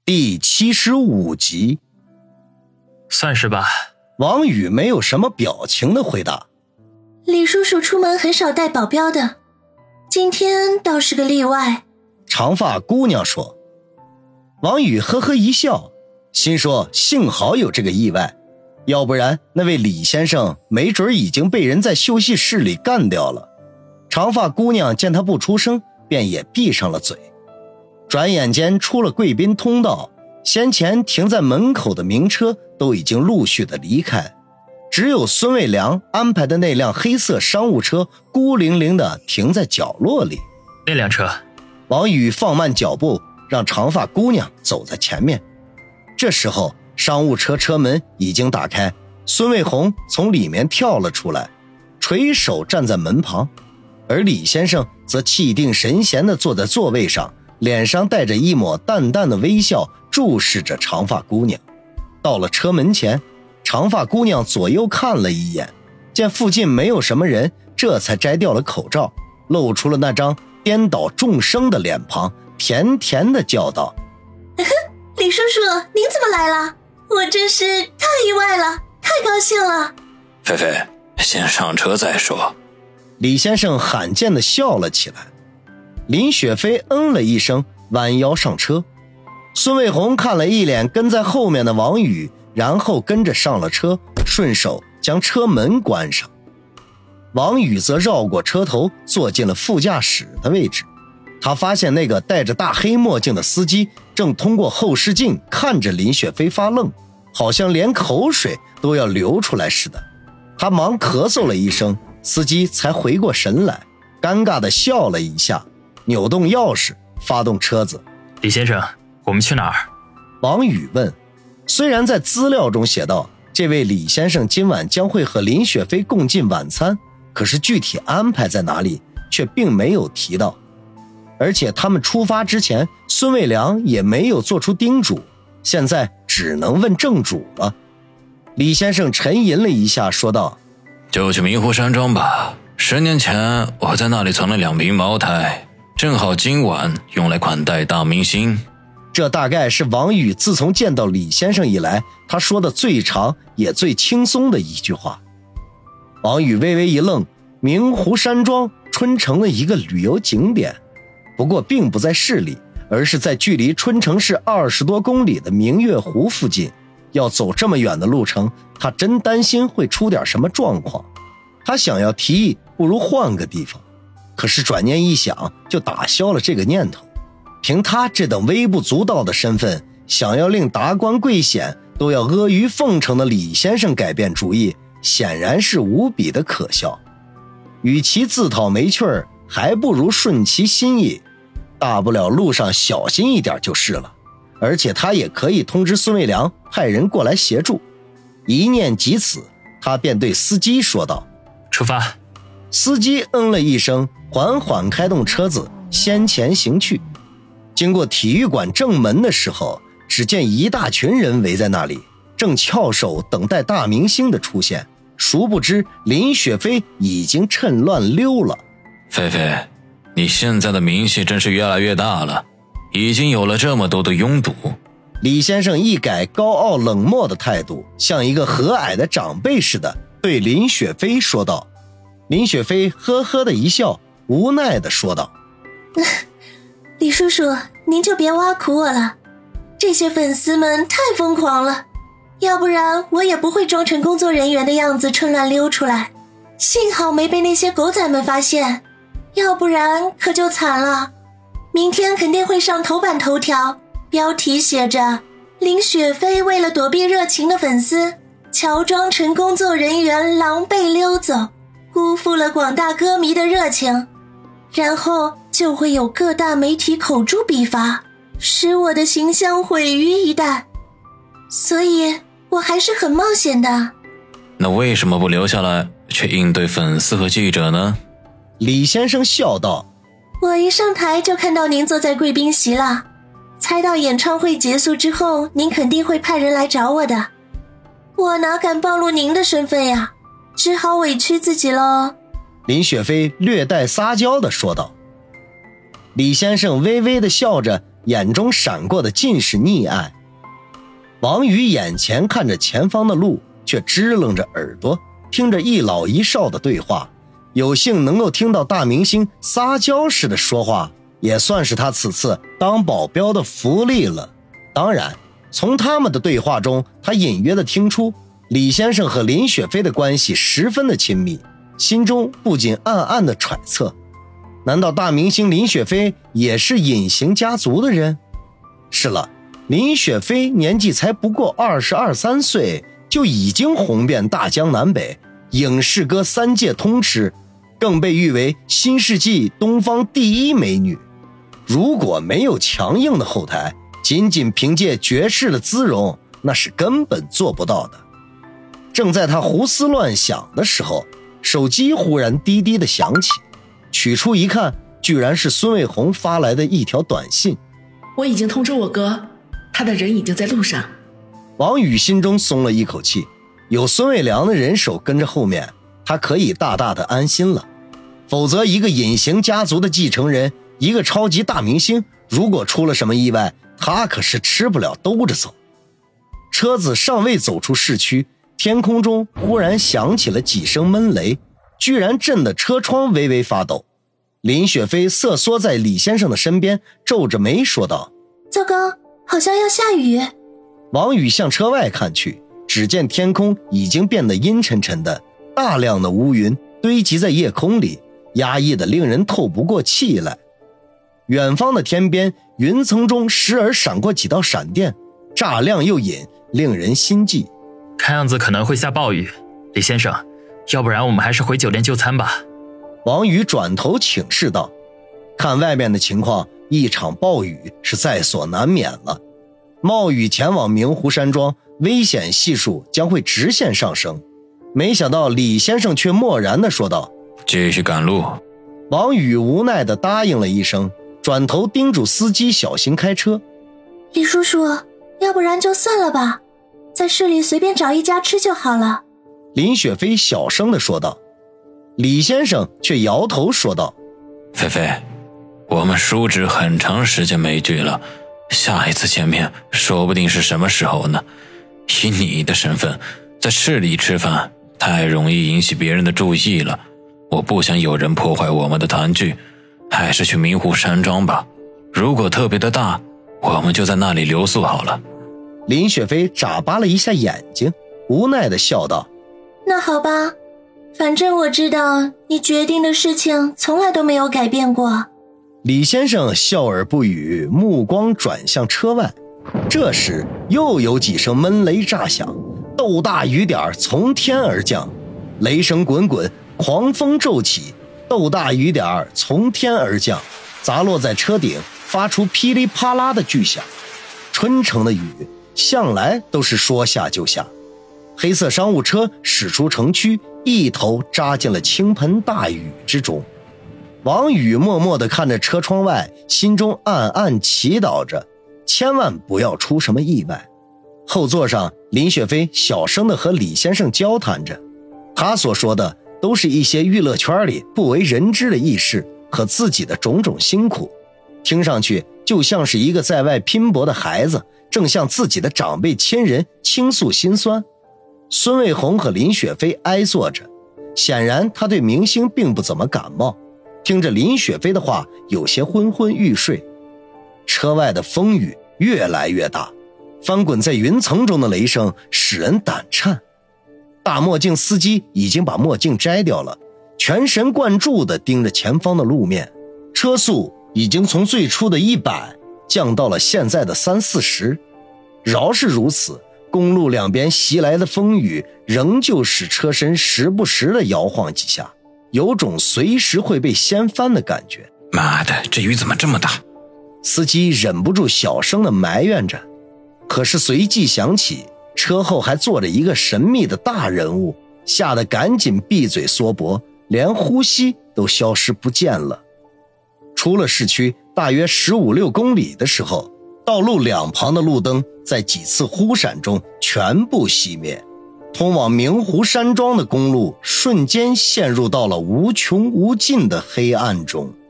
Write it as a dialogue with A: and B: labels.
A: 第75集。
B: 算是吧。
A: 王宇没有什么表情的回答。
C: 李叔叔出门很少带保镖的，今天倒是个例外。
A: 长发姑娘说。王宇呵呵一笑，心说幸好有这个意外，要不然那位李先生没准已经被人在休息室里干掉了。长发姑娘见他不出声，便也闭上了嘴。转眼间出了贵宾通道，先前停在门口的名车都已经陆续的离开，只有孙卫良安排的那辆黑色商务车孤零零的停在角落里。
B: 那辆车。
A: 王宇放慢脚步，让长发姑娘走在前面。这时候商务车车门已经打开，孙卫红从里面跳了出来，垂手站在门旁，而李先生则气定神闲地坐在座位上，脸上带着一抹淡淡的微笑，注视着长发姑娘。到了车门前，长发姑娘左右看了一眼，见附近没有什么人，这才摘掉了口罩，露出了那张颠倒众生的脸庞，甜甜地叫道：
C: 李叔叔，您怎么来了？我真是太意外了，太高兴了。
D: 菲菲，先上车再说。
A: 李先生罕见地笑了起来。林雪飞嗯了一声，弯腰上车。孙卫红看了一眼跟在后面的王宇，然后跟着上了车，顺手将车门关上。王宇则绕过车头，坐进了副驾驶的位置。他发现那个戴着大黑墨镜的司机正通过后视镜看着林雪飞发愣，好像连口水都要流出来似的。他忙咳嗽了一声，司机才回过神来，尴尬地笑了一下，扭动钥匙发动车子。
B: 李先生，我们去哪儿？
A: 王宇问。虽然在资料中写道这位李先生今晚将会和林雪飞共进晚餐，可是具体安排在哪里却并没有提到。而且他们出发之前，孙卫良也没有做出叮嘱，现在只能问正主了。李先生沉吟了一下，说道：
D: 就去明湖山庄吧，10年前我在那里藏了2瓶茅台，正好今晚用来款待大明星。
A: 这大概是王宇自从见到李先生以来他说的最长也最轻松的一句话。王宇微微一愣，明湖山庄春城的一个旅游景点，不过并不在市里，而是在距离春城市20多公里的明月湖附近。要走这么远的路程，他真担心会出点什么状况。他想要提议不如换个地方，可是转念一想，就打消了这个念头。凭他这等微不足道的身份，想要令达官贵显都要阿谀奉承的李先生改变主意，显然是无比的可笑。与其自讨没趣儿，还不如顺其心意，大不了路上小心一点就是了。而且他也可以通知孙卫良派人过来协助。一念及此，他便对司机说道：
B: 出发。
A: 司机嗯了一声，缓缓开动车子，先前行去。经过体育馆正门的时候，只见一大群人围在那里，正翘首等待大明星的出现。殊不知林雪飞已经趁乱溜了。
D: 菲菲，你现在的名气真是越来越大了，已经有了这么多的拥堵。
A: 李先生一改高傲冷漠的态度，像一个和蔼的长辈似的对林雪飞说道。林雪飞呵呵的一笑，无奈的说道：
C: 李叔叔，您就别挖苦我了，这些粉丝们太疯狂了，要不然我也不会装成工作人员的样子趁乱溜出来。幸好没被那些狗仔们发现，要不然可就惨了。明天肯定会上头版头条，标题写着林雪飞为了躲避热情的粉丝，乔装成工作人员狼狈溜走，辜负了广大歌迷的热情。然后就会有各大媒体口诛笔伐，使我的形象毁于一旦。所以我还是很冒险的。
D: 那为什么不留下来去应对粉丝和记者呢？
A: 李先生笑道：
C: 我一上台就看到您坐在贵宾席了，猜到演唱会结束之后您肯定会派人来找我的，我哪敢暴露您的身份呀，只好委屈自己咯。
A: 林雪飞略带撒娇地说道。李先生微微地笑着， 眼中闪过的尽是溺爱。王宇眼前看着前方的路，却支棱着耳朵听着一老一少的对话，有幸能够听到大明星撒娇似的说话，也算是他此次当保镖的福利了。当然，从他们的对话中，他隐约地听出李先生和林雪飞的关系十分的亲密，心中不禁暗暗地揣测，难道大明星林雪飞也是隐形家族的人？是了，林雪飞年纪才不过22、23岁，就已经红遍大江南北，影视歌3届通吃，更被誉为新世纪东方第一美女。如果没有强硬的后台，仅仅凭借绝世的姿容，那是根本做不到的。正在他胡思乱想的时候，手机忽然滴滴的响起，取出一看，居然是孙卫红发来的一条短信。
E: 我已经通知我哥，他的人已经在路上。
A: 王宇心中松了一口气，有孙卫良的人手跟着后面，他可以大大的安心了。否则一个隐形家族的继承人，一个超级大明星，如果出了什么意外，他可是吃不了兜着走。车子尚未走出市区，天空中忽然响起了几声闷雷，居然震得车窗微微发抖。林雪飞瑟缩在李先生的身边，皱着眉说道：
C: 糟糕，好像要下雨。
A: 王宇向车外看去，只见天空已经变得阴沉沉的，大量的乌云堆积在夜空里，压抑得令人透不过气来。远方的天边，云层中时而闪过几道闪电，乍亮又隐，令人心悸。
B: 看样子可能会下暴雨，李先生，要不然我们还是回酒店就餐吧。
A: 王宇转头请示道，看外面的情况，一场暴雨是在所难免了。冒雨前往明湖山庄，危险系数将会直线上升。没想到李先生却漠然地说道：
D: 继续赶路。
A: 王宇无奈地答应了一声，转头叮嘱司机小心开车。
C: 李叔叔，要不然就算了吧，在市里随便找一家吃就好了。
A: 林雪飞小声地说道。李先生却摇头说道：
D: 菲菲，我们叔侄很长时间没聚了，下一次见面说不定是什么时候呢？以你的身份，在市里吃饭太容易引起别人的注意了，我不想有人破坏我们的团聚，还是去明湖山庄吧。如果特别的大，我们就在那里留宿好了。
A: 林雪飞眨巴了一下眼睛，无奈地笑道：
C: 那好吧，反正我知道你决定的事情从来都没有改变过。
A: 李先生笑而不语，目光转向车外。这时又有几声闷雷炸响，豆大雨点从天而降，雷声滚滚，狂风骤起，豆大雨点从天而降，砸落在车顶，发出噼里啪啦的巨响。春城的雨向来都是说下就下。黑色商务车驶出城区，一头扎进了倾盆大雨之中。王宇默默地看着车窗外，心中暗暗祈祷着，千万不要出什么意外。后座上，林雪飞小声地和李先生交谈着，他所说的都是一些娱乐圈里不为人知的轶事和自己的种种辛苦，听上去就像是一个在外拼搏的孩子正向自己的长辈亲人倾诉心酸。孙卫红和林雪飞挨坐着，显然他对明星并不怎么感冒，听着林雪飞的话，有些昏昏欲睡。车外的风雨越来越大，翻滚在云层中的雷声使人胆颤。大墨镜司机已经把墨镜摘掉了，全神贯注地盯着前方的路面，车速已经从最初的100降到了现在的30-40。饶是如此，公路两边袭来的风雨仍旧使车身时不时地摇晃几下，有种随时会被掀翻的感觉。
D: 妈的，这雨怎么这么大？
A: 司机忍不住小声地埋怨着，可是随即想起车后还坐着一个神秘的大人物，吓得赶紧闭嘴缩脖，连呼吸都消失不见了。出了市区大约15-16公里的时候，道路两旁的路灯在几次忽闪中全部熄灭，通往明湖山庄的公路瞬间陷入到了无穷无尽的黑暗中。